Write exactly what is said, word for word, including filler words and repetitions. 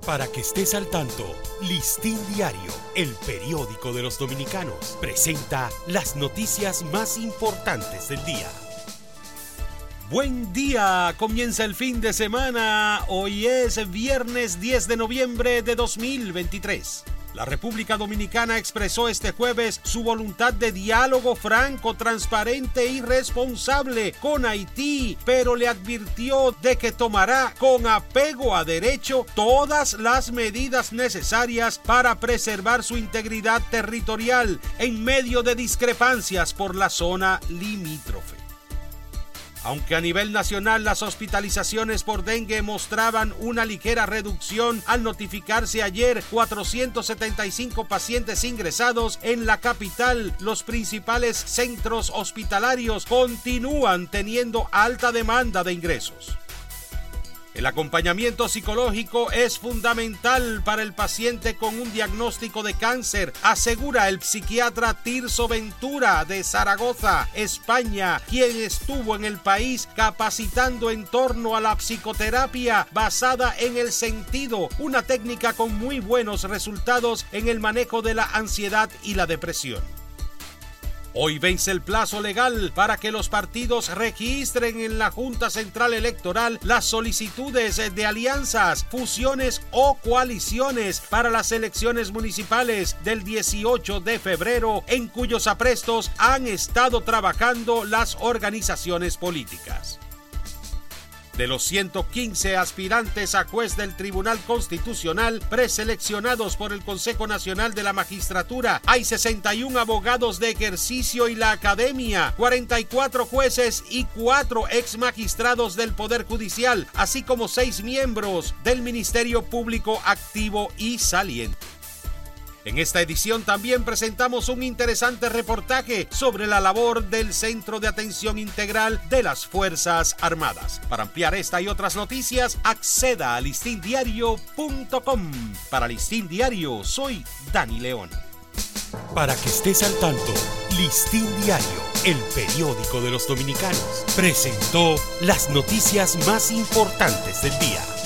Para que estés al tanto, Listín Diario, el periódico de los dominicanos, presenta las noticias más importantes del día. Buen día, comienza el fin de semana. Hoy es viernes diez de noviembre de dos mil veintitrés. La República Dominicana expresó este jueves su voluntad de diálogo franco, transparente y responsable con Haití, pero le advirtió de que tomará con apego a derecho todas las medidas necesarias para preservar su integridad territorial en medio de discrepancias por la zona limítrofe. Aunque a nivel nacional las hospitalizaciones por dengue mostraban una ligera reducción al notificarse ayer cuatrocientos setenta y cinco pacientes ingresados en la capital, los principales centros hospitalarios continúan teniendo alta demanda de ingresos. El acompañamiento psicológico es fundamental para el paciente con un diagnóstico de cáncer, asegura el psiquiatra Tirso Ventura de Zaragoza, España, quien estuvo en el país capacitando en torno a la psicoterapia basada en el sentido, una técnica con muy buenos resultados en el manejo de la ansiedad y la depresión. Hoy vence el plazo legal para que los partidos registren en la Junta Central Electoral las solicitudes de alianzas, fusiones o coaliciones para las elecciones municipales del dieciocho de febrero, en cuyos aprestos han estado trabajando las organizaciones políticas. De los ciento quince aspirantes a juez del Tribunal Constitucional preseleccionados por el Consejo Nacional de la Magistratura, hay sesenta y uno abogados de ejercicio y la academia, cuarenta y cuatro jueces y cuatro exmagistrados del Poder Judicial, así como seis miembros del Ministerio Público activo y saliente. En esta edición también presentamos un interesante reportaje sobre la labor del Centro de Atención Integral de las Fuerzas Armadas. Para ampliar esta y otras noticias, acceda a listín diario punto com. Para Listín Diario, soy Dani León. Para que estés al tanto, Listín Diario, el periódico de los dominicanos, presentó las noticias más importantes del día.